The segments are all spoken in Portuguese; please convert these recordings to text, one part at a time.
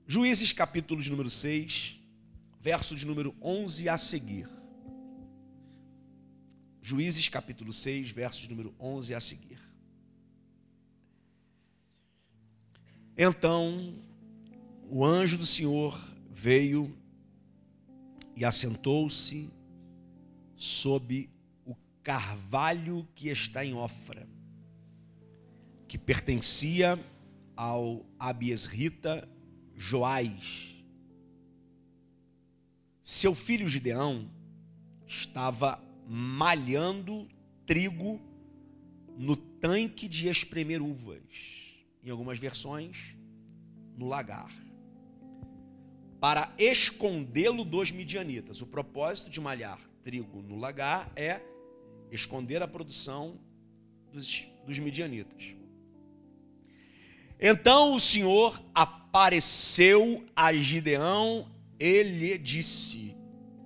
Juízes capítulo de número 6, verso de número 11 a seguir. Juízes capítulo 6, verso de número 11 a seguir. Então, o anjo do Senhor veio e assentou-se sob o carvalho que está em Ofra, que pertencia ao abiesrita Joás. Seu filho Gideão estava malhando trigo no tanque de espremer uvas, em algumas versões, no lagar, para escondê-lo dos midianitas. O propósito de malhar trigo no lagar é esconder a produção dos midianitas. Então o Senhor apareceu a Gideão e lhe disse: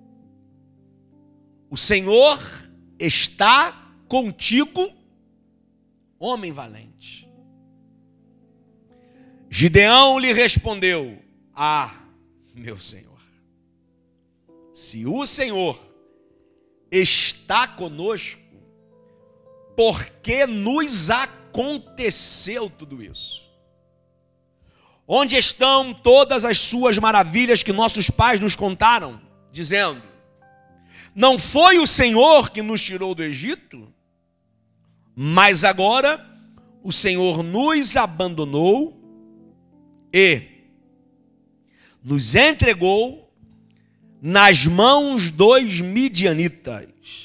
o Senhor está contigo, homem valente. Gideão lhe respondeu: meu Senhor, se o Senhor está conosco, por que nos aconteceu tudo isso? Onde estão todas as suas maravilhas que nossos pais nos contaram, dizendo: não foi o Senhor que nos tirou do Egito? Mas agora o Senhor nos abandonou e nos entregou nas mãos dos midianitas.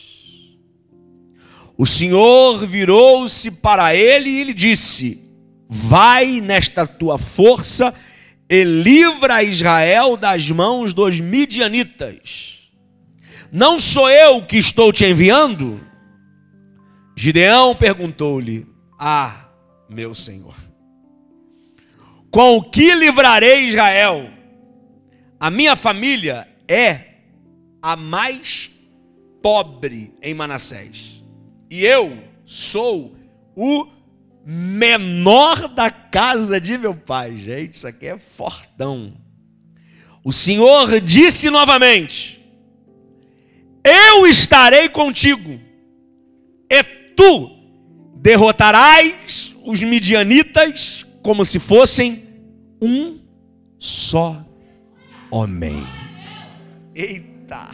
O Senhor virou-se para ele e lhe disse: vai nesta tua força e livra Israel das mãos dos midianitas. Não sou eu que estou te enviando? Gideão perguntou-lhe: meu Senhor, com o que livrarei Israel? A minha família é a mais pobre em Manassés, e eu sou o menor da casa de meu pai. Gente, isso aqui é fortão. O Senhor disse novamente: eu estarei contigo, e tu derrotarás os midianitas como se fossem um só homem. Eita!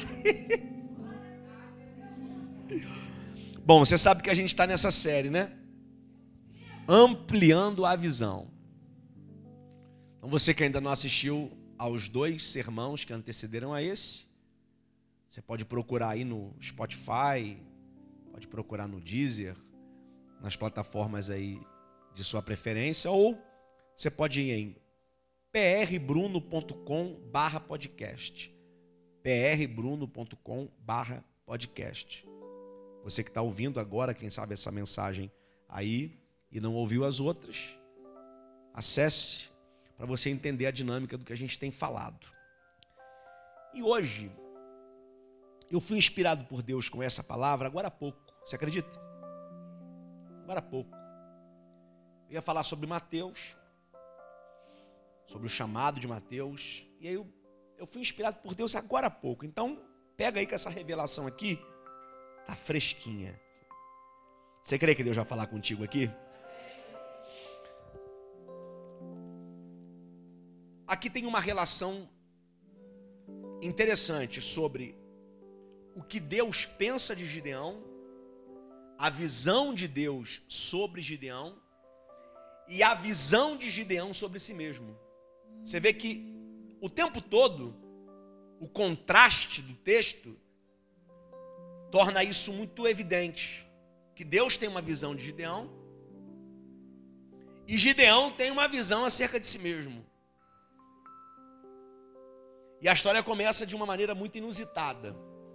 Bom, você sabe que a gente está nessa série, né? Ampliando a visão. Então você que ainda não assistiu aos 2 sermãos que antecederam a esse, você pode procurar aí no Spotify, pode procurar no Deezer, nas plataformas aí de sua preferência, ou você pode ir em prbruno.com/podcast. prbruno.com/podcast. Você que está ouvindo agora, quem sabe essa mensagem aí e não ouviu as outras, acesse para você entender a dinâmica do que a gente tem falado. E hoje eu fui inspirado por Deus com essa palavra agora há pouco. Você acredita? Agora há pouco. Eu ia falar sobre Mateus, sobre o chamado de Mateus. E aí eu fui inspirado por Deus agora há pouco. Então, pega aí que essa revelação aqui tá fresquinha. Você crê que Deus vai falar contigo aqui? Aqui tem uma relação interessante sobre o que Deus pensa de Gideão, a visão de Deus sobre Gideão e a visão de Gideão sobre si mesmo. Você vê que o tempo todo o contraste do texto torna isso muito evidente, que Deus tem uma visão de Gideão e Gideão tem uma visão acerca de si mesmo. E a história começa de uma maneira muito inusitada.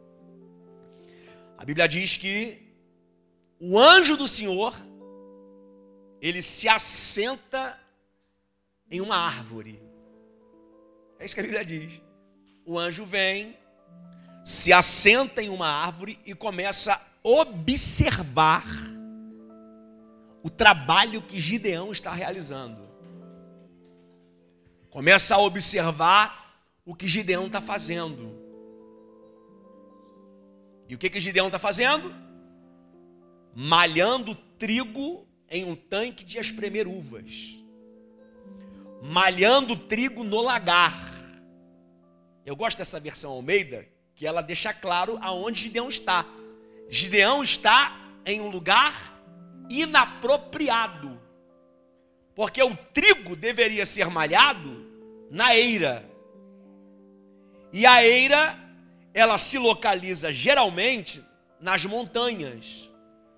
A Bíblia diz que o anjo do Senhor, ele se assenta em uma árvore. É isso que a Bíblia diz. O anjo vem, se assenta em uma árvore e começa a observar o trabalho que Gideão está realizando. Começa a observar o que Gideão está fazendo. E o que Gideão está fazendo? Malhando trigo em um tanque de espremer uvas. Malhando trigo no lagar. Eu gosto dessa versão Almeida, que ela deixa claro aonde Gideão está. Gideão está em um lugar inapropriado. Porque o trigo deveria ser malhado na eira. E a eira, ela se localiza geralmente nas montanhas.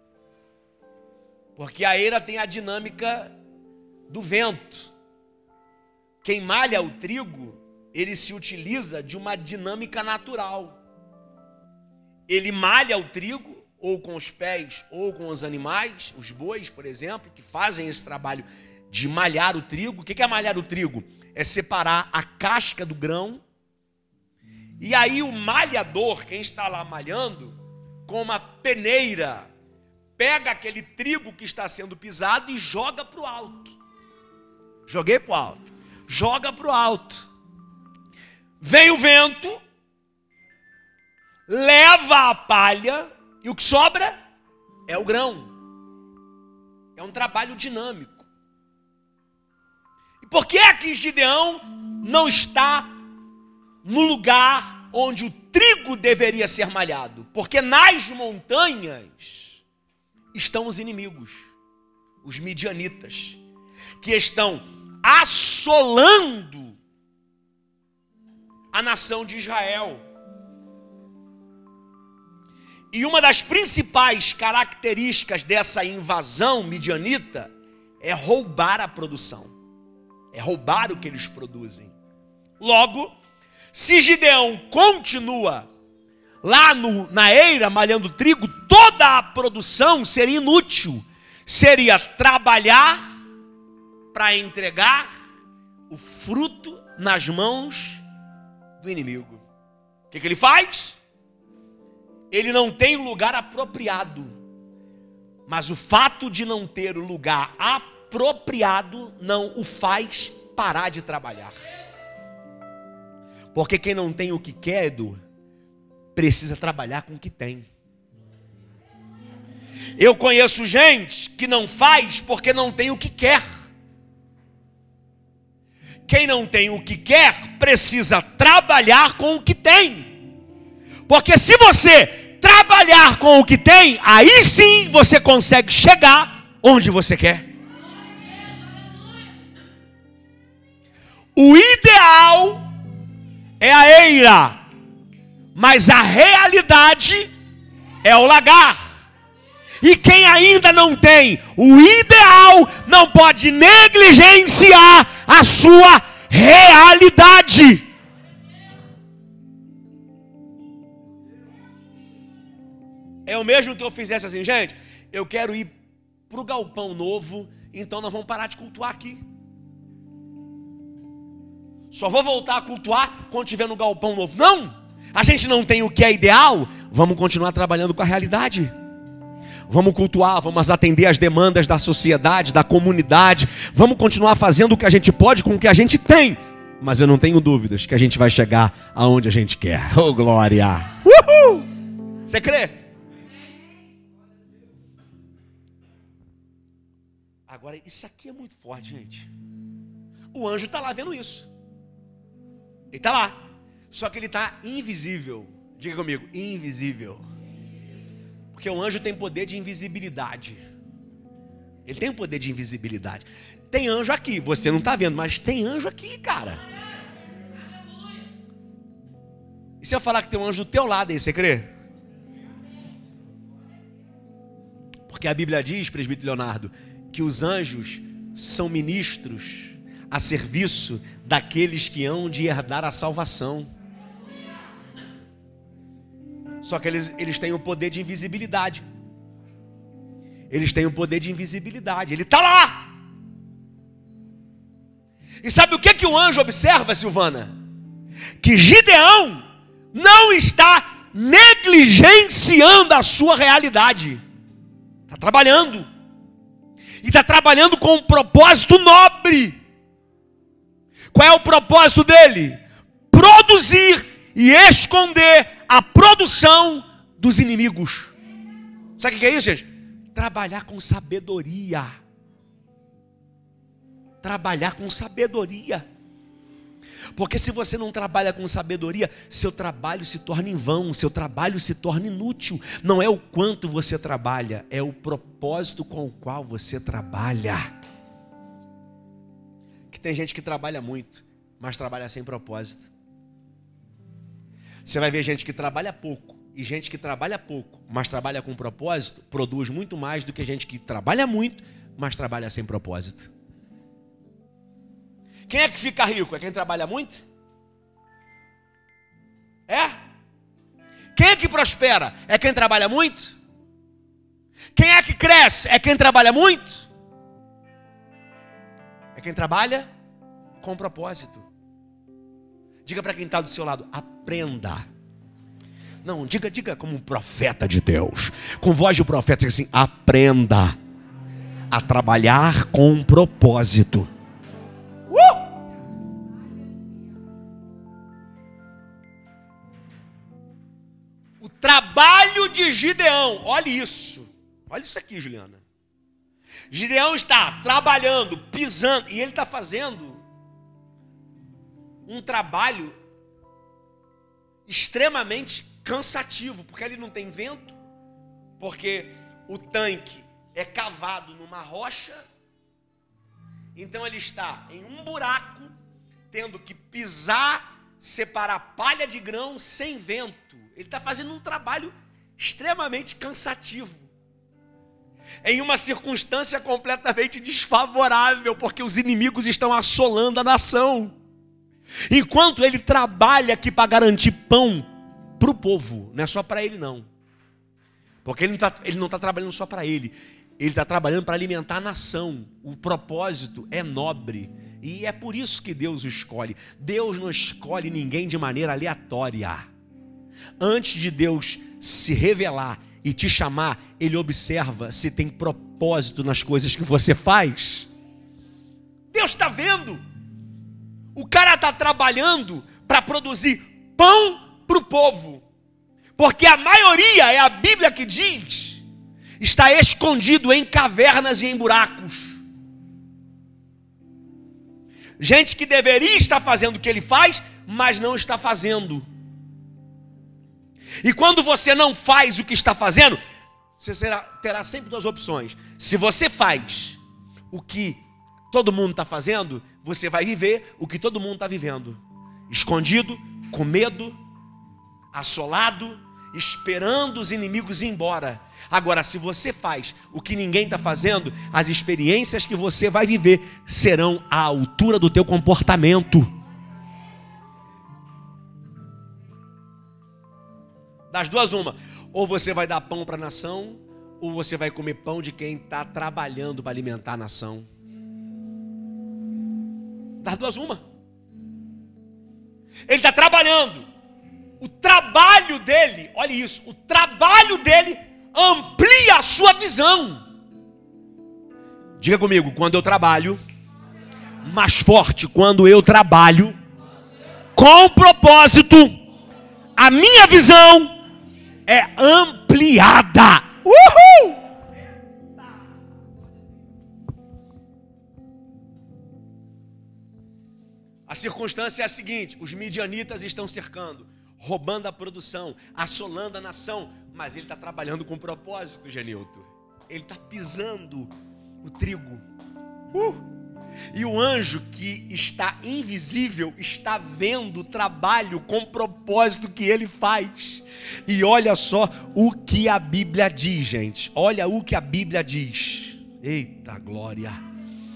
Porque a eira tem a dinâmica do vento. Quem malha o trigo, ele se utiliza de uma dinâmica natural. Ele malha o trigo, ou com os pés, ou com os animais, os bois, por exemplo, que fazem esse trabalho de malhar o trigo. O que é malhar o trigo? É separar a casca do grão. E aí o malhador, quem está lá malhando, com uma peneira, pega aquele trigo que está sendo pisado e joga para o alto. Joguei para o alto. Joga para o alto. Vem o vento, leva a palha, e o que sobra é o grão. É um trabalho dinâmico. E por que é que Gideão não está no lugar onde o trigo deveria ser malhado? Porque nas montanhas estão os inimigos, os midianitas, que estão assolando a nação de Israel. E uma das principais características dessa invasão midianita é roubar a produção, é roubar o que eles produzem. Logo, se Gideão continua lá na eira malhando trigo, toda a produção seria inútil, seria trabalhar para entregar o fruto nas mãos do inimigo. O que ele faz? Ele não tem o lugar apropriado, mas o fato de não ter o lugar apropriado não o faz parar de trabalhar. Porque quem não tem o que quer, Edu, precisa trabalhar com o que tem. Eu conheço gente que não faz porque não tem o que quer. Quem não tem o que quer precisa trabalhar com o que tem. Porque se você trabalhar com o que tem, aí sim você consegue chegar onde você quer. O ideal é a eira, mas a realidade é o lagar. E quem ainda não tem o ideal não pode negligenciar a sua realidade. É o mesmo que eu fizesse assim, gente, eu quero ir para o galpão novo, então nós vamos parar de cultuar aqui. Só vou voltar a cultuar quando estiver no galpão novo. Não! A gente não tem o que é ideal, vamos continuar trabalhando com a realidade. Vamos cultuar, vamos atender as demandas da sociedade, da comunidade. Vamos continuar fazendo o que a gente pode com o que a gente tem. Mas eu não tenho dúvidas que a gente vai chegar aonde a gente quer. Oh, glória! Uhul! Você crê? Agora, isso aqui é muito forte, gente. O anjo está lá vendo isso. Ele está lá. Só que ele está invisível. Diga comigo, invisível. Porque o anjo tem poder de invisibilidade. Ele tem um poder de invisibilidade. Tem anjo aqui, você não está vendo, mas tem anjo aqui, cara. E se eu falar que tem um anjo do teu lado aí, você crê? Porque a Bíblia diz, presbítero Leonardo, que os anjos são ministros a serviço daqueles que hão de herdar a salvação. Só que eles têm o poder de invisibilidade. Eles têm o poder de invisibilidade. Ele está lá. E sabe o que o anjo observa, Silvana? Que Gideão não está negligenciando a sua realidade. Está trabalhando. E está trabalhando com um propósito nobre. Qual é o propósito dele? Produzir e esconder a produção dos inimigos. Sabe o que é isso, gente? Trabalhar com sabedoria. Trabalhar com sabedoria. Porque se você não trabalha com sabedoria, seu trabalho se torna em vão, seu trabalho se torna inútil. Não é o quanto você trabalha, é o propósito com o qual você trabalha. Que tem gente que trabalha muito, mas trabalha sem propósito. Você vai ver gente que trabalha pouco, e gente que trabalha pouco, mas trabalha com propósito, produz muito mais do que gente que trabalha muito, mas trabalha sem propósito. Quem é que fica rico? É quem trabalha muito? É? Quem é que prospera? É quem trabalha muito? Quem é que cresce? É quem trabalha muito? É quem trabalha com propósito. Diga para quem está do seu lado, aprenda. Não, diga como um profeta de Deus. Com voz de profeta, diga assim, aprenda a trabalhar com propósito. O trabalho de Gideão, olha isso. Olha isso aqui, Juliana. Gideão está trabalhando, pisando, e ele está fazendo um trabalho extremamente cansativo, porque ele não tem vento, porque o tanque é cavado numa rocha, então ele está em um buraco, tendo que pisar, separar palha de grão sem vento. Ele está fazendo um trabalho extremamente cansativo, em uma circunstância completamente desfavorável, porque os inimigos estão assolando a nação. Enquanto ele trabalha aqui para garantir pão para o povo, não é só para ele não, porque ele não está trabalhando só para ele está trabalhando para alimentar a nação. O propósito é nobre, e é por isso que Deus o escolhe. Deus não escolhe ninguém de maneira aleatória. Antes de Deus se revelar e te chamar, Ele observa se tem propósito nas coisas que você faz. Deus está vendo. O cara está trabalhando para produzir pão para o povo, porque a maioria, é a Bíblia que diz, está escondido em cavernas e em buracos. Gente que deveria estar fazendo o que ele faz, mas não está fazendo. E quando você não faz o que está fazendo, você terá sempre duas opções. Se você faz o que todo mundo está fazendo, você vai viver o que todo mundo está vivendo. Escondido, com medo, assolado, esperando os inimigos ir embora. Agora, se você faz o que ninguém está fazendo, as experiências que você vai viver serão à altura do teu comportamento. Das duas, uma. Ou você vai dar pão para a nação, ou você vai comer pão de quem está trabalhando para alimentar a nação. Das duas, uma. Ele está trabalhando. O trabalho dele, olha isso, o trabalho dele amplia a sua visão. Diga comigo, quando eu trabalho, mais forte, quando eu trabalho com propósito, a minha visão é ampliada. Uhul! A circunstância é a seguinte: os midianitas estão cercando, roubando a produção, assolando a nação, mas ele está trabalhando com propósito, Genilton. Ele está pisando o trigo. E o anjo que está invisível está vendo o trabalho com propósito que ele faz. E olha só o que a Bíblia diz, gente. Olha o que a Bíblia diz. Eita glória!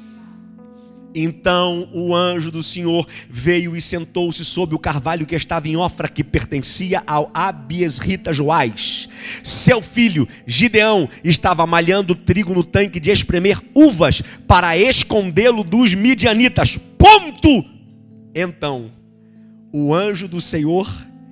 Então o anjo do Senhor veio e sentou-se sobre o carvalho que estava em Ofra, que pertencia ao Abiesrita Joás. Seu filho Gideão estava malhando trigo no tanque de espremer uvas para escondê-lo dos midianitas. Ponto! Então o anjo do Senhor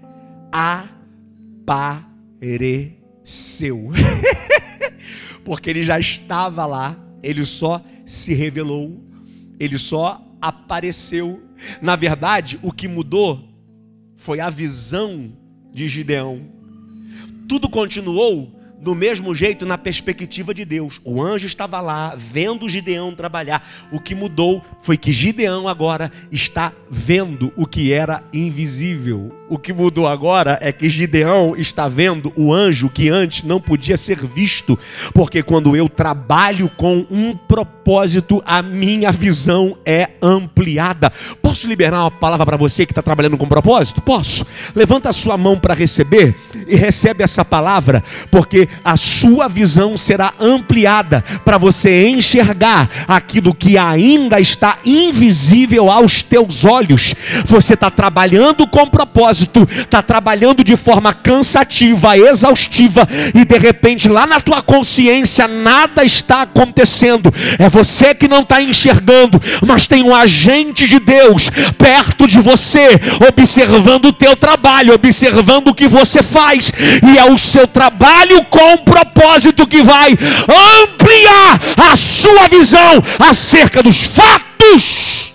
apareceu. Porque ele já estava lá, ele só se revelou. Ele só apareceu Na verdade, o que mudou foi a visão de Gideão. Tudo continuou do mesmo jeito na perspectiva de Deus. O anjo estava lá vendo Gideão trabalhar. O que mudou foi que Gideão agora está vendo o que era invisível. O que mudou agora é que Gideão está vendo o anjo que antes não podia ser visto. Porque quando eu trabalho com um propósito, a minha visão é ampliada. Posso liberar uma palavra para você que está trabalhando com propósito? Posso. Levanta a sua mão para receber e recebe essa palavra, porque a sua visão será ampliada para você enxergar aquilo que ainda está invisível aos teus olhos. Você está trabalhando com propósito, está trabalhando de forma cansativa, exaustiva, e de repente lá na tua consciência nada está acontecendo. É você que não está enxergando, mas tem um agente de Deus perto de você, observando o teu trabalho, observando o que você faz, e é o seu trabalho com propósito que vai ampliar a sua visão acerca dos fatos.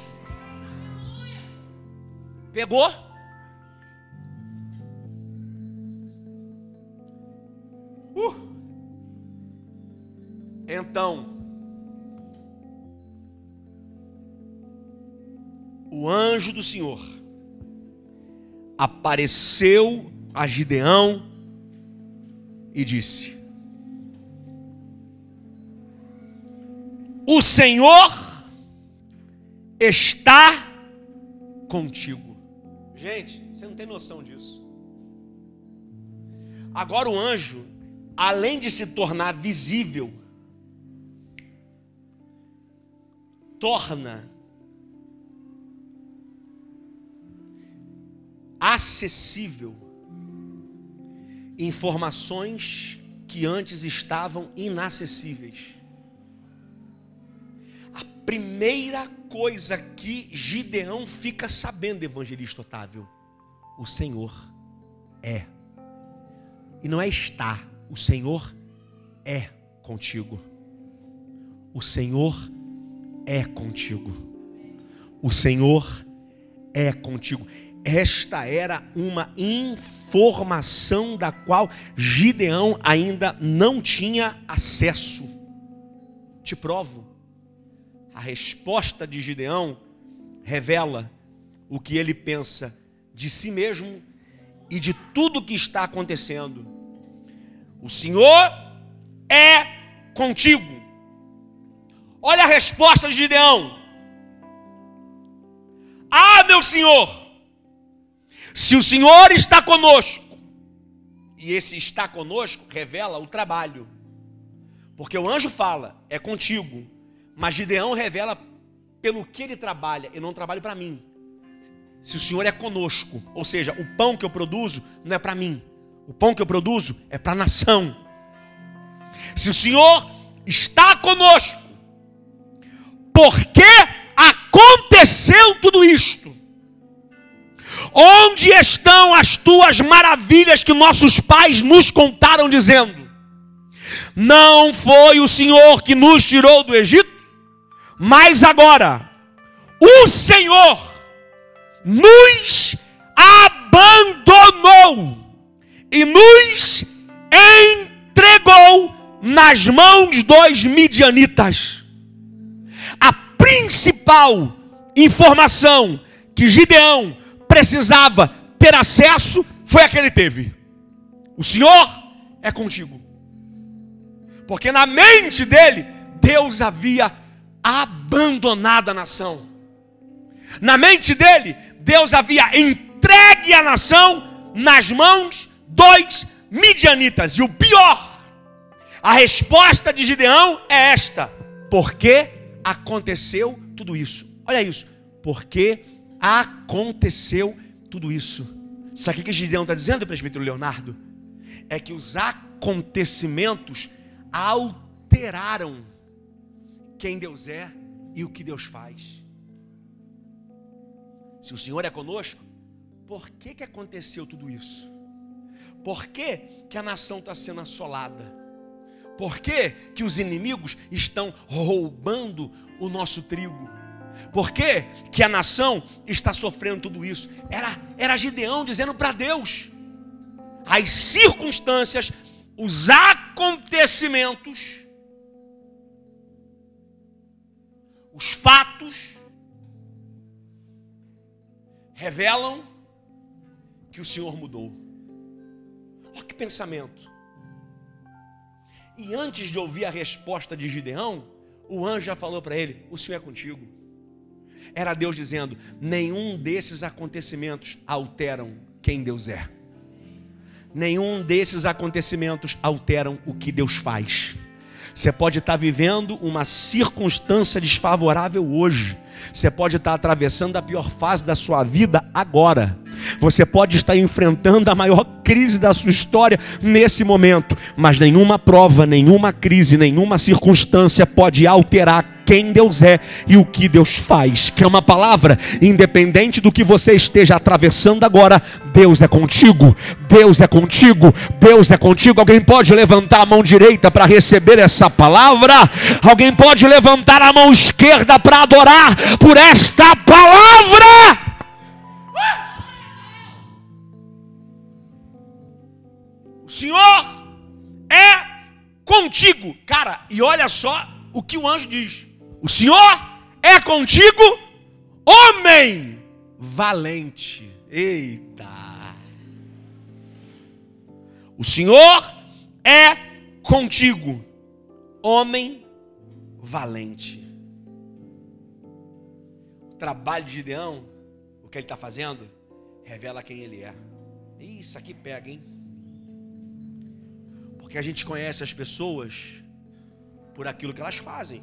Pegou? Então, o anjo do Senhor apareceu a Gideão e disse: o Senhor está contigo. Gente, você não tem noção disso. Agora o anjo, além de se tornar visível, torna acessível informações que antes estavam inacessíveis. A primeira coisa que Gideão fica sabendo, evangelista Otávio: o Senhor é. E não é estar, o Senhor é contigo. O Senhor é contigo. O Senhor é contigo. Esta era uma informação da qual Gideão ainda não tinha acesso. Te provo. A resposta de Gideão revela o que ele pensa de si mesmo e de tudo que está acontecendo. O Senhor é contigo. Olha a resposta de Gideão: ah, meu Senhor, se o Senhor está conosco, e esse está conosco revela o trabalho, porque o anjo fala, é contigo, mas Gideão revela pelo que ele trabalha. Eu não trabalho para mim. Se o Senhor é conosco, ou seja, o pão que eu produzo não é para mim, o pão que eu produzo é para a nação. Se o Senhor está conosco, por que aconteceu tudo isto? Onde estão as tuas maravilhas que nossos pais nos contaram dizendo: não foi o Senhor que nos tirou do Egito? Mas agora o Senhor nos abandonou e nos entregou nas mãos dos midianitas. A principal informação que Gideão precisava ter acesso foi a que ele teve: o Senhor é contigo. Porque na mente dele, Deus havia abandonado a nação. Na mente dele, Deus havia entregue a nação nas mãos dos midianitas. E o pior, a resposta de Gideão é esta: por que aconteceu tudo isso? Olha isso. Por que aconteceu tudo isso? Sabe o que Gideão está dizendo, presbítero Leonardo? É que os acontecimentos alteraram quem Deus é e o que Deus faz. Se o Senhor é conosco, por que aconteceu tudo isso? Por que a nação está sendo assolada? Por que os inimigos estão roubando o nosso trigo? Por que que a nação está sofrendo tudo isso? Era Gideão dizendo para Deus. As circunstâncias, os acontecimentos, os fatos revelam que o Senhor mudou. Olha que pensamento. E antes de ouvir a resposta de Gideão, o anjo já falou para ele: o Senhor é contigo. Era Deus dizendo: nenhum desses acontecimentos alteram quem Deus é. Nenhum desses acontecimentos alteram o que Deus faz. Você pode estar vivendo uma circunstância desfavorável hoje. Você pode estar atravessando a pior fase da sua vida agora. Você pode estar enfrentando a maior crise da sua história nesse momento. Mas nenhuma prova, nenhuma crise, nenhuma circunstância pode alterar quem Deus é e o que Deus faz. Que é uma palavra, independente do que você esteja atravessando agora, Deus é contigo, Deus é contigo, Deus é contigo. Alguém pode levantar a mão direita para receber essa palavra? Alguém pode levantar a mão esquerda para adorar por esta palavra? O Senhor é contigo. Cara, e olha só o que o anjo diz: o Senhor é contigo, homem valente. Eita! O Senhor é contigo, homem valente. O trabalho de Gideão, o que ele está fazendo, revela quem ele é. Isso aqui pega, hein? Porque a gente conhece as pessoas por aquilo que elas fazem,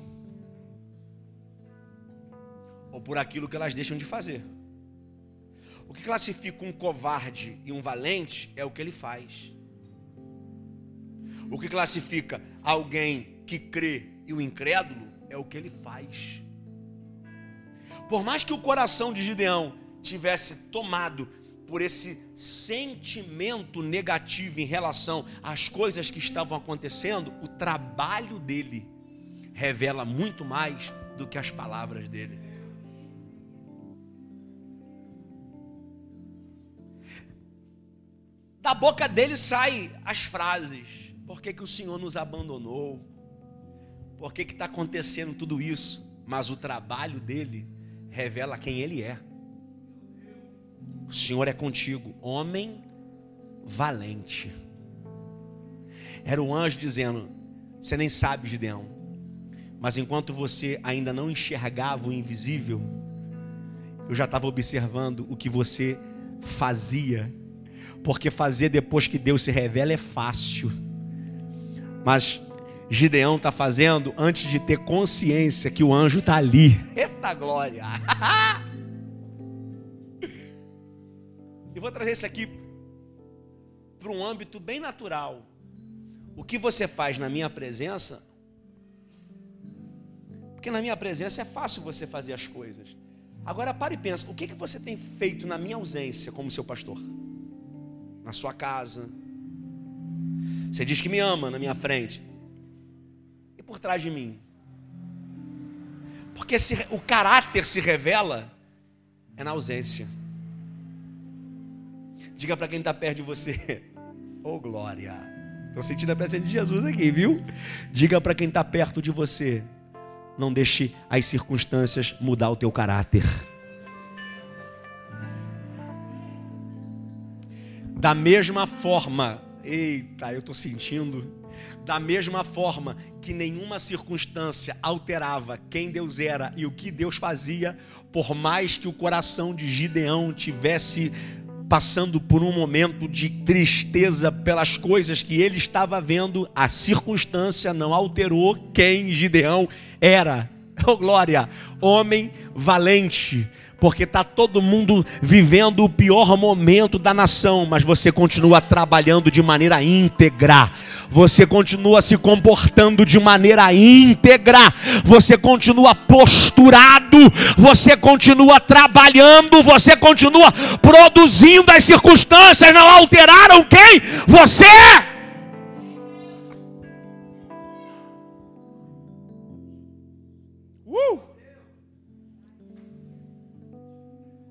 ou por aquilo que elas deixam de fazer. O que classifica um covarde e um valente é o que ele faz. O que classifica alguém que crê e o incrédulo é o que ele faz. Por mais que o coração de Gideão tivesse tomado por esse sentimento negativo em relação às coisas que estavam acontecendo, o trabalho dele revela muito mais do que as palavras dele. Da boca dele saem as frases: por que que o Senhor nos abandonou? Por que que está acontecendo tudo isso? Mas o trabalho dele revela quem ele é. O Senhor é contigo, homem valente. Era o anjo dizendo: você nem sabe, Gideão, mas enquanto você ainda não enxergava o invisível, eu já estava observando o que você fazia. Porque fazer depois que Deus se revela é fácil, mas Gideão está fazendo antes de ter consciência que o anjo está ali. Eita glória! E vou trazer isso aqui para um âmbito bem natural. O que você faz na minha presença, porque na minha presença é fácil você fazer as coisas. Agora pare e pensa: o que você tem feito na minha ausência como seu pastor? Na sua casa. Você diz que me ama na minha frente, e por trás de mim? Porque o caráter se revela é na ausência. Diga para quem está perto de você: oh glória, estou sentindo a presença de Jesus aqui, viu? Diga para quem está perto de você: não deixe as circunstâncias mudar o teu caráter. Da mesma forma, eita, eu estou sentindo, da mesma forma que nenhuma circunstância alterava quem Deus era e o que Deus fazia, por mais que o coração de Gideão tivesse passando por um momento de tristeza pelas coisas que ele estava vendo, a circunstância não alterou quem Gideão era. Oh glória, homem valente. Porque está todo mundo vivendo o pior momento da nação, mas você continua trabalhando de maneira íntegra, você continua se comportando de maneira íntegra, você continua posturado, você continua trabalhando, você continua produzindo. As circunstâncias não alteraram quem você é.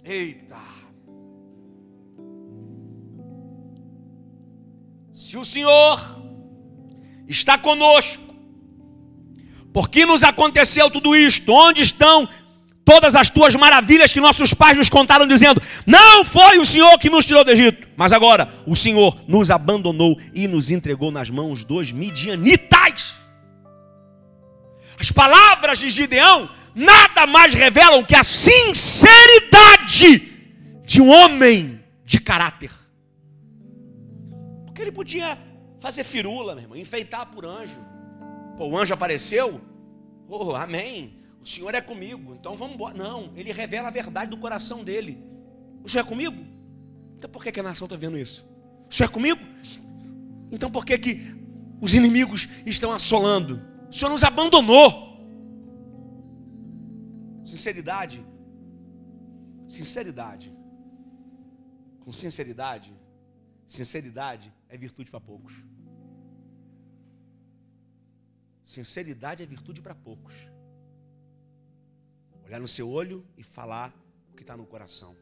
Eita! Se o Senhor está conosco, por que nos aconteceu tudo isto? Onde estão todas as tuas maravilhas que nossos pais nos contaram, dizendo: não foi o Senhor que nos tirou do Egito, mas agora o Senhor nos abandonou e nos entregou nas mãos dos midianitas. As palavras de Gideão nada mais revelam que a sinceridade de um homem de caráter. Porque ele podia fazer firula, meu irmão, enfeitar por anjo. Pô, o anjo apareceu, oh, amém, o Senhor é comigo, então vamos embora. Não, ele revela a verdade do coração dele. O Senhor é comigo? Então por que a nação está vendo isso? O Senhor é comigo? Então por que os inimigos estão assolando? O Senhor nos abandonou. Sinceridade. Sinceridade. Com sinceridade. Sinceridade é virtude para poucos. Sinceridade é virtude para poucos. Olhar no seu olho e falar o que está no coração.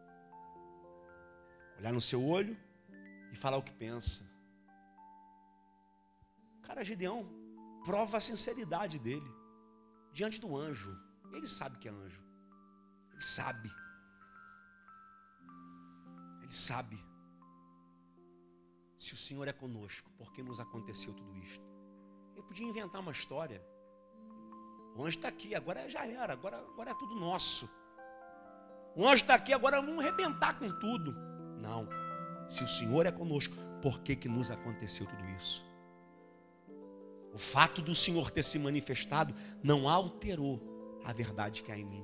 Olhar no seu olho e falar o que pensa. Cara, Gideão prova a sinceridade dele diante do anjo. Ele sabe que é anjo. Ele sabe. Ele sabe. Se o Senhor é conosco, por que nos aconteceu tudo isto? Ele podia inventar uma história. O anjo está aqui, agora já era, agora é tudo nosso. O anjo está aqui, agora vamos arrebentar com tudo. Não. Se o Senhor é conosco, por que nos aconteceu tudo isso? O fato do Senhor ter se manifestado não alterou a verdade que há em mim.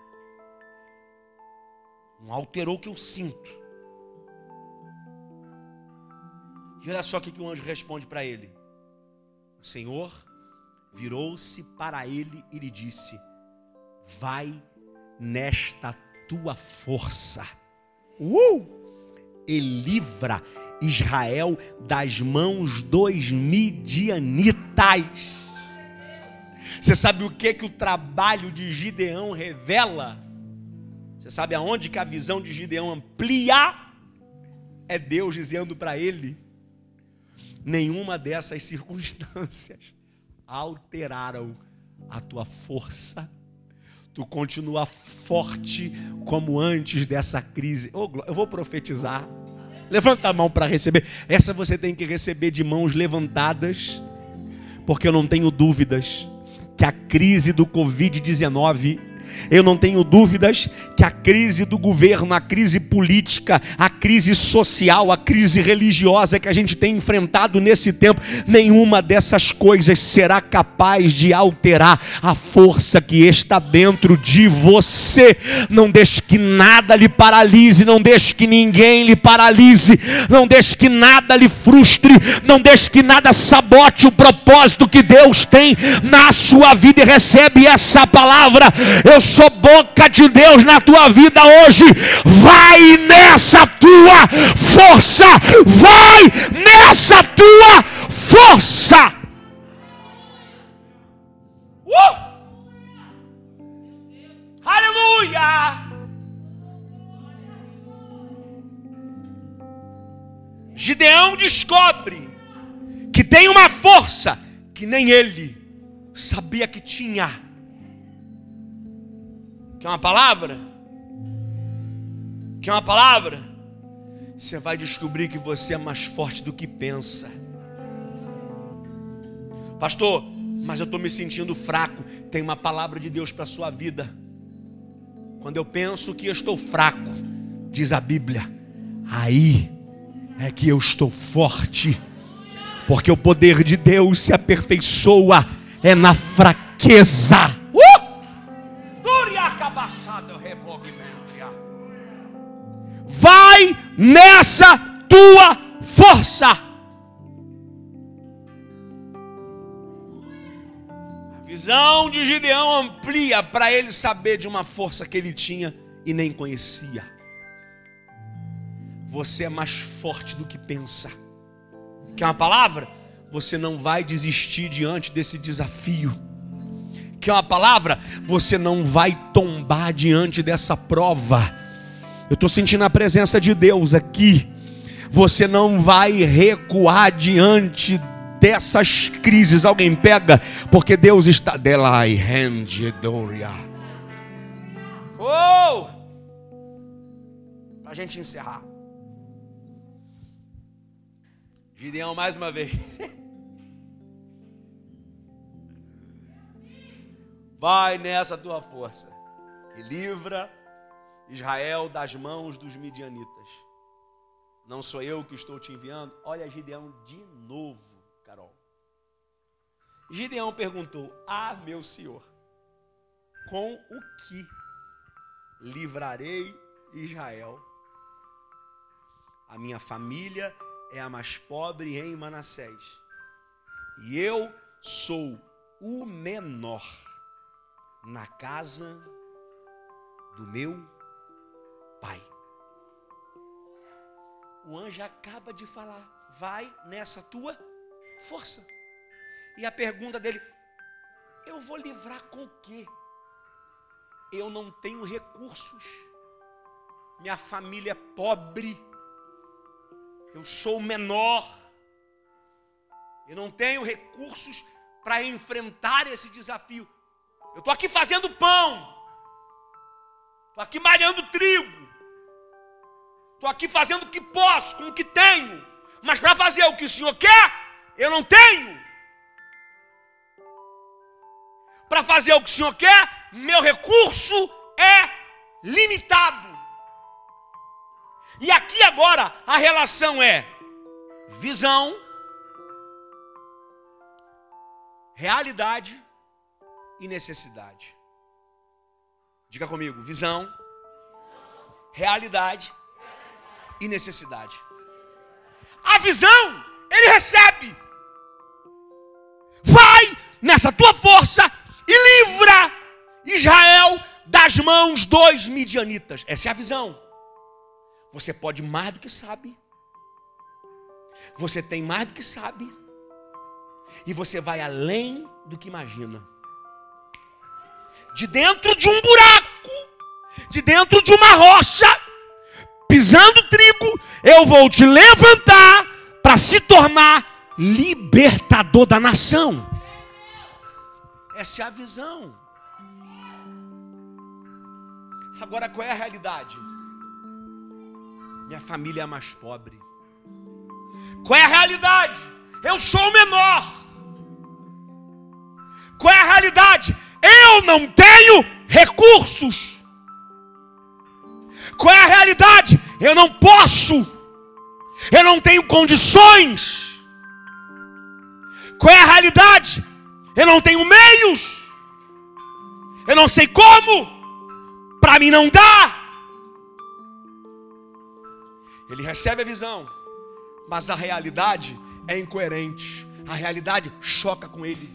Não alterou o que eu sinto. E olha só o que o anjo responde para ele. O Senhor virou-se para ele e lhe disse: vai nesta tua força e livra Israel das mãos dos midianitas. Você sabe o que o trabalho de Gideão revela? Você sabe aonde que a visão de Gideão amplia? É Deus dizendo para ele: nenhuma dessas circunstâncias alteraram a tua força. Tu continua forte como antes dessa crise. Eu vou profetizar. Levanta a mão para receber. Essa você tem que receber de mãos levantadas, porque eu não tenho dúvidas que a crise do Covid-19, eu não tenho dúvidas que a crise do governo, a crise política, a crise social, a crise religiosa que a gente tem enfrentado nesse tempo, nenhuma dessas coisas será capaz de alterar a força que está dentro de você. Não deixe que nada lhe paralise, não deixe que ninguém lhe paralise, não deixe que nada lhe frustre, não deixe que nada sabote o propósito que Deus tem na sua vida. E recebe essa palavra: eu sou boca de Deus na tua vida hoje. Vai nessa tua força, vai nessa tua força. Aleluia! Gideão descobre que tem uma força que nem ele sabia que tinha. Quer uma palavra? Quer uma palavra? Você vai descobrir que você é mais forte do que pensa. Pastor, mas eu estou me sentindo fraco. Tem uma palavra de Deus para a sua vida. Quando eu penso que eu estou fraco, diz a Bíblia, aí é que eu estou forte. Porque o poder de Deus se aperfeiçoa é na fraqueza. Vai nessa tua força. A visão de Gideão amplia para ele saber de uma força que ele tinha e nem conhecia. Você é mais forte do que pensa. Quer uma palavra? Você não vai desistir diante desse desafio. Quer uma palavra? Você não vai tombar diante dessa prova. Eu estou sentindo a presença de Deus aqui. Você não vai recuar diante dessas crises. Alguém pega, porque Deus está delai rendidoria. Oh! Para a gente encerrar. Gideão mais uma vez. Vai nessa tua força e livra Israel das mãos dos midianitas. Não sou eu que estou te enviando? Olha Gideão de novo, Carol. Gideão perguntou: ah, meu senhor, com o que livrarei Israel? A minha família é a mais pobre em Manassés, e eu sou o menor na casa do meu pai. O anjo acaba de falar: vai nessa tua força. E a pergunta dele: eu vou livrar com o quê? Eu não tenho recursos, minha família é pobre, eu sou o menor, eu não tenho recursos para enfrentar esse desafio. Eu estou aqui fazendo pão, estou aqui malhando trigo, estou aqui fazendo o que posso, com o que tenho, mas para fazer o que o Senhor quer, eu não tenho. Para fazer o que o Senhor quer, meu recurso é limitado. E aqui agora a relação é visão, realidade e necessidade. Diga comigo: visão, realidade e necessidade. A visão ele recebe. Vai nessa tua força e livra Israel das mãos dos midianitas. Essa é a visão. Você pode mais do que sabe. Você tem mais do que sabe. E você vai além do que imagina. De dentro de um buraco, de dentro de uma rocha, pisando trigo, eu vou te levantar para se tornar libertador da nação. Essa é a visão. Agora qual é a realidade? Minha família é a mais pobre. Qual é a realidade? Eu sou o menor. Qual é a realidade? Eu não tenho recursos. Qual é a realidade? Eu não posso. Eu não tenho condições. Qual é a realidade? Eu não tenho meios. Eu não sei como. Para mim não dá. Ele recebe a visão, mas a realidade é incoerente. A realidade choca com ele.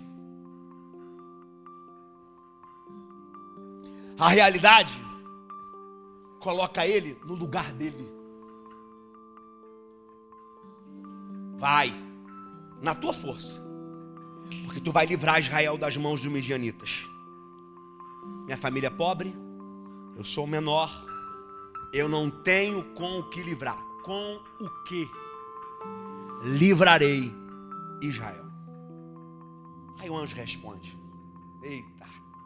A realidade coloca ele no lugar dele. Vai na tua força, porque tu vai livrar Israel das mãos dos midianitas. Minha família é pobre, eu sou o menor, eu não tenho com o que livrar. Com o que livrarei Israel? Aí o anjo responde: eita.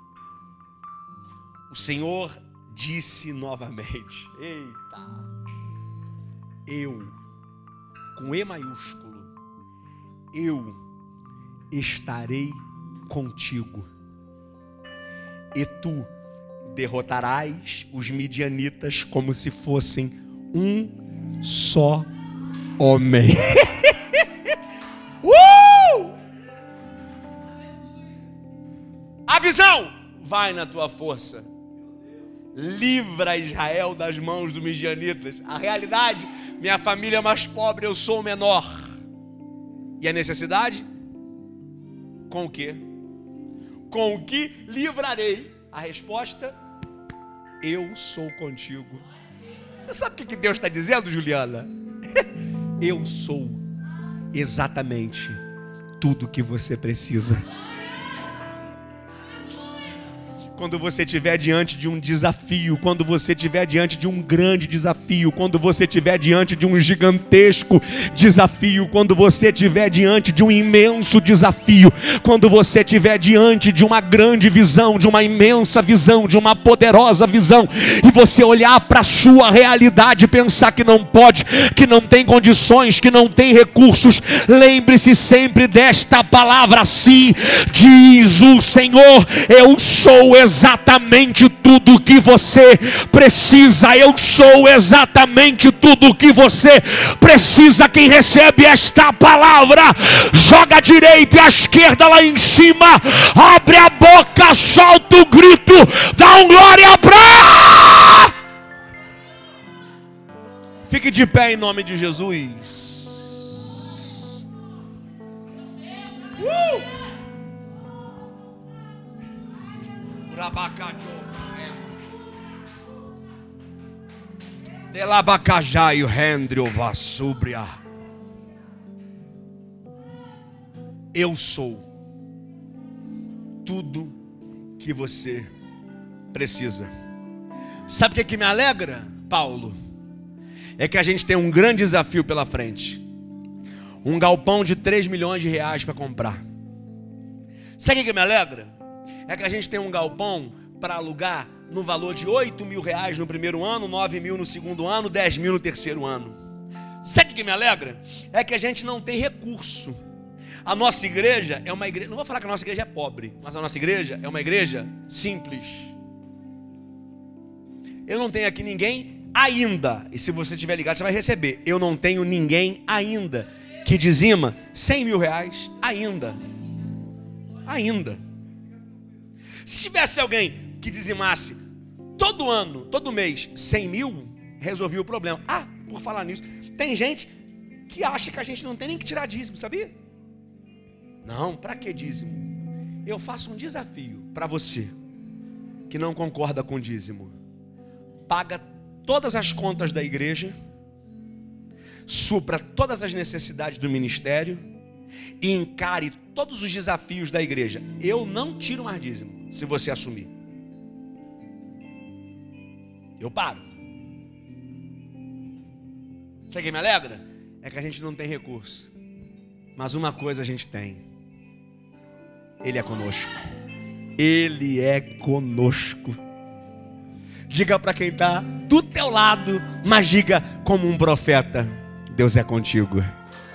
O Senhor disse novamente: eita. Eu, com E maiúsculo, eu estarei contigo, e tu derrotarás os midianitas como se fossem um só homem. A visão: vai na tua força, livra Israel das mãos dos midianitas. A realidade: minha família é mais pobre, eu sou o menor. E a necessidade? Com o quê? Com o que livrarei? A resposta: eu sou contigo. Você sabe o que Deus está dizendo, Juliana? Eu sou exatamente tudo que você precisa. Quando você estiver diante de um desafio, quando você estiver diante de um grande desafio, quando você estiver diante de um gigantesco desafio, quando você estiver diante de um imenso desafio, quando você estiver diante de uma grande visão, de uma imensa visão, de uma poderosa visão, e você olhar para a sua realidade e pensar que não pode, que não tem condições, que não tem recursos, lembre-se sempre desta palavra assim: diz o Senhor, eu sou exatamente tudo o que você precisa. Eu sou exatamente tudo o que você precisa. Quem recebe esta palavra, joga a direita e a esquerda lá em cima, abre a boca, solta o grito, dá um glória pra... Fique de pé em nome de Jesus. Delabacajaio rendrio vassúbria. Eu sou tudo que você precisa. Sabe o que me alegra, Paulo? É que a gente tem um grande desafio pela frente. Um galpão de 3 milhões de reais para comprar. Sabe o que me alegra? É que a gente tem um galpão para alugar no valor de 8 mil reais no primeiro ano, 9 mil no segundo ano, 10 mil no terceiro ano. Sabe o que me alegra? É que a gente não tem recurso. A nossa igreja é uma igreja, não vou falar que a nossa igreja é pobre, mas a nossa igreja é uma igreja simples. Eu não tenho aqui ninguém ainda, e se você estiver ligado você vai receber. Eu não tenho ninguém ainda que dizima 100 mil reais ainda. Se tivesse alguém que dizimasse todo ano, todo mês, 100 mil, resolvia o problema. Ah, por falar nisso, tem gente que acha que a gente não tem nem que tirar dízimo, sabia? Não, para que dízimo? Eu faço um desafio para você que não concorda com dízimo. Paga todas as contas da igreja, supra todas as necessidades do ministério e encare todos os desafios da igreja. Eu não tiro mais dízimo, se você assumir. Eu paro. Sabe o que me alegra? É que a gente não tem recurso. Mas uma coisa a gente tem. Ele é conosco. Ele é conosco. Diga para quem está do teu lado, mas diga como um profeta: Deus é contigo.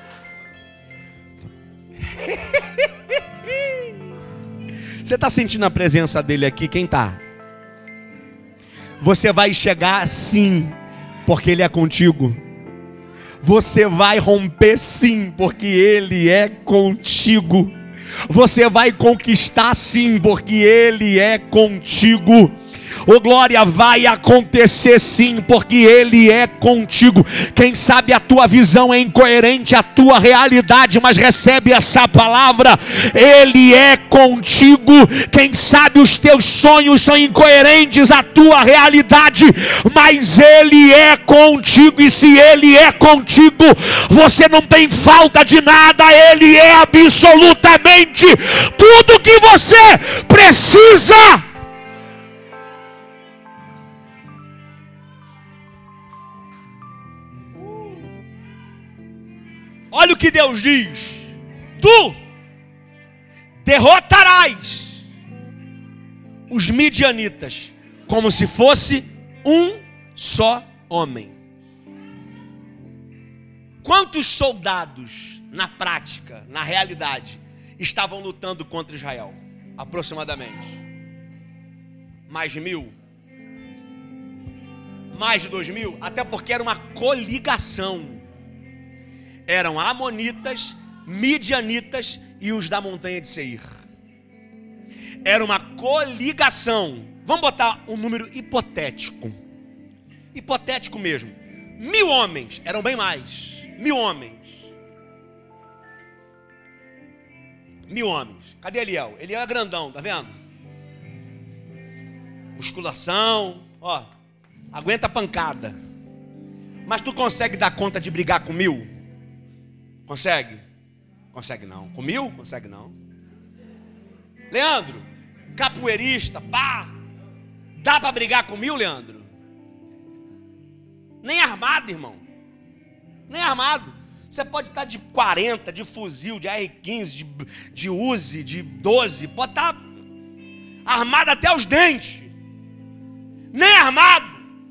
Você está sentindo a presença dele aqui? Quem está? Você vai chegar sim, porque ele é contigo. Você vai romper sim, porque ele é contigo. Você vai conquistar sim, porque ele é contigo. Oh glória, vai acontecer sim, porque ele é contigo. Quem sabe a tua visão é incoerente à tua realidade, mas recebe essa palavra: ele é contigo. Quem sabe os teus sonhos são incoerentes à tua realidade, mas ele é contigo. E se ele é contigo, você não tem falta de nada. Ele é absolutamente tudo que você precisa. Olha o que Deus diz: tu derrotarás os midianitas como se fosse um só homem. Quantos soldados na prática, na realidade, estavam lutando contra Israel? Aproximadamente mais de 1.000, mais de 2.000, até porque era uma coligação. Eram amonitas, midianitas e os da montanha de Seir. Era uma coligação. Vamos botar um número hipotético. Hipotético mesmo. 1.000 homens, eram bem mais. 1.000 homens. 1.000 homens. Cadê Eliel? Eliel é grandão, tá vendo? Musculação, ó, aguenta pancada. Mas tu consegue dar conta de brigar com 1.000? Consegue? Consegue não. Com 1.000? Consegue não. Leandro, capoeirista, pá. Dá para brigar com 1000, Leandro? Nem armado, irmão. Nem armado. Você pode estar de 40, de fuzil, de AR-15, de Uzi, de 12. Pode estar armado até os dentes. Nem armado.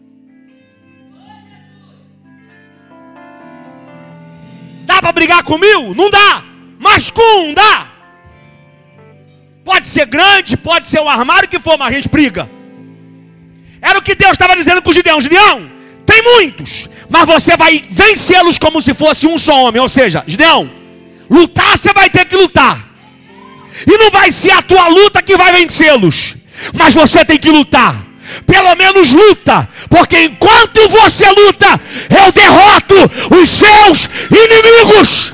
Dá para brigar com 1000? Não dá. Mas com 1 dá. Pode ser grande, pode ser um armário que for, mas a gente briga. Era o que Deus estava dizendo com o Gideão. Gideão, tem muitos, mas você vai vencê-los como se fosse um só homem. Ou seja, Gideão, lutar você vai ter que lutar. E não vai ser a tua luta que vai vencê-los, mas você tem que lutar. Pelo menos luta, porque enquanto você luta, eu derroto os seus inimigos.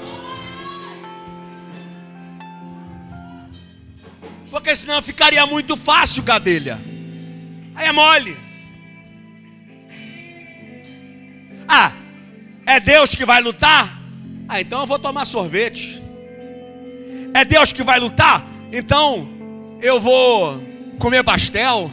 Porque senão ficaria muito fácil, Gadelha. Aí é mole. Ah, é Deus que vai lutar? Ah, então eu vou tomar sorvete. É Deus que vai lutar? Então eu vou comer pastel.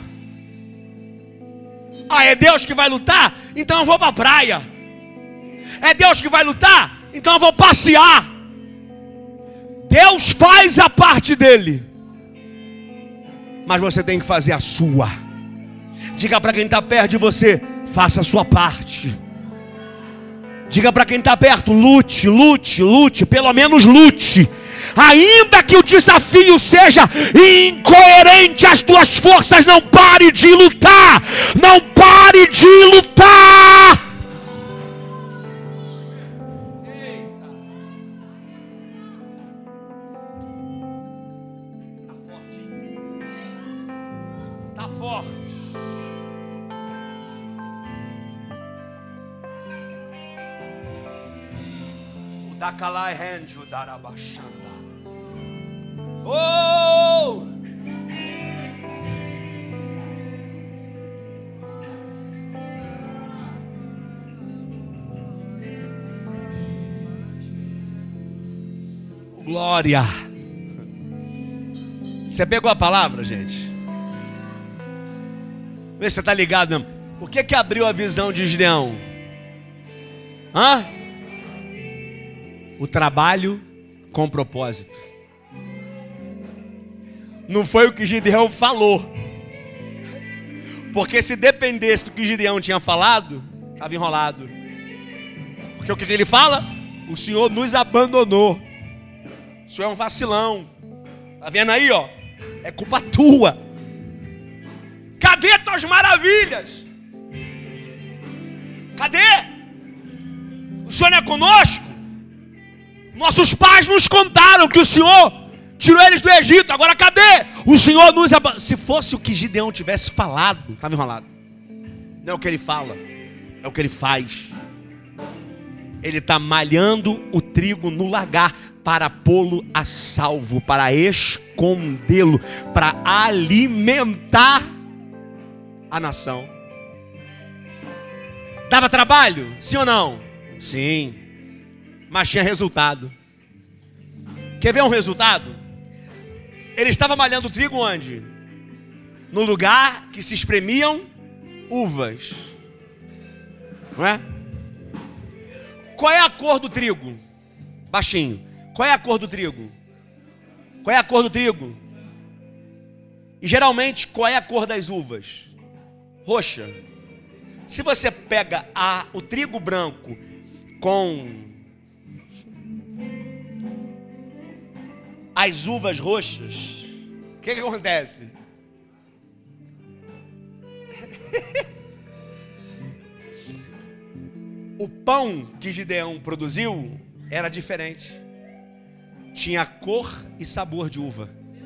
Ah, é Deus que vai lutar? Então eu vou para a praia. É Deus que vai lutar? Então eu vou passear. Deus faz a parte dele, mas você tem que fazer a sua. Diga para quem está perto de você: faça a sua parte. Diga para quem está perto: lute, lute, lute. Pelo menos lute. Ainda que o desafio seja incoerente às tuas forças, não pare de lutar. Não pare de lutar. Eita. Tá forte, hein? Tá forte. O Dakalai Renju Darabashanda. Oh! Glória! Você pegou a palavra, gente? Vê se você está ligado mesmo. O que abriu a visão de Gideão? Hã? O trabalho com propósito. Não foi o que Gideão falou. Porque se dependesse do que Gideão tinha falado, estava enrolado. Porque o que ele fala? O Senhor nos abandonou. O Senhor é um vacilão. Está vendo aí, ó? É culpa tua. Cadê tuas maravilhas? Cadê? O Senhor não é conosco? Nossos pais nos contaram que o Senhor tirou eles do Egito. Agora cadê? O Senhor nos abandonou. Se fosse o que Gideão tivesse falado, estava enrolado. Não é o que ele fala, é o que ele faz. Ele está malhando o trigo no lagar para pô-lo a salvo, para escondê-lo, para alimentar a nação. Dava trabalho? Sim ou não? Sim. Mas tinha resultado. Quer ver um resultado? Ele estava malhando o trigo onde? No lugar que se espremiam uvas. Não é? Qual é a cor do trigo? Baixinho. Qual é a cor do trigo? Qual é a cor do trigo? E geralmente, qual é a cor das uvas? Roxa. Se você pega o trigo branco com as uvas roxas, o que acontece? O pão que Gideão produziu era diferente. Tinha cor e sabor de uva.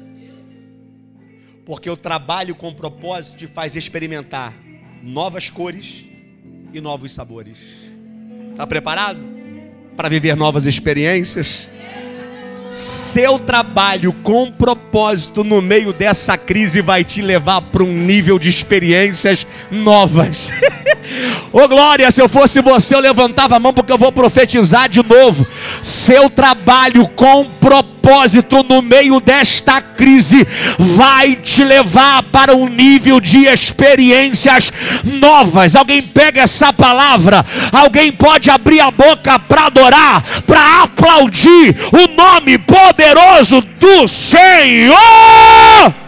Porque o trabalho com propósito te faz experimentar novas cores e novos sabores. Está preparado para viver novas experiências? Seu trabalho com propósito no meio dessa crise vai te levar para um nível de experiências novas. Ô glória, se eu fosse você, eu levantava a mão porque eu vou profetizar de novo. Seu trabalho com propósito propósito no meio desta crise vai te levar para um nível de experiências novas. Alguém pega essa palavra, alguém pode abrir a boca para adorar, para aplaudir o nome poderoso do Senhor.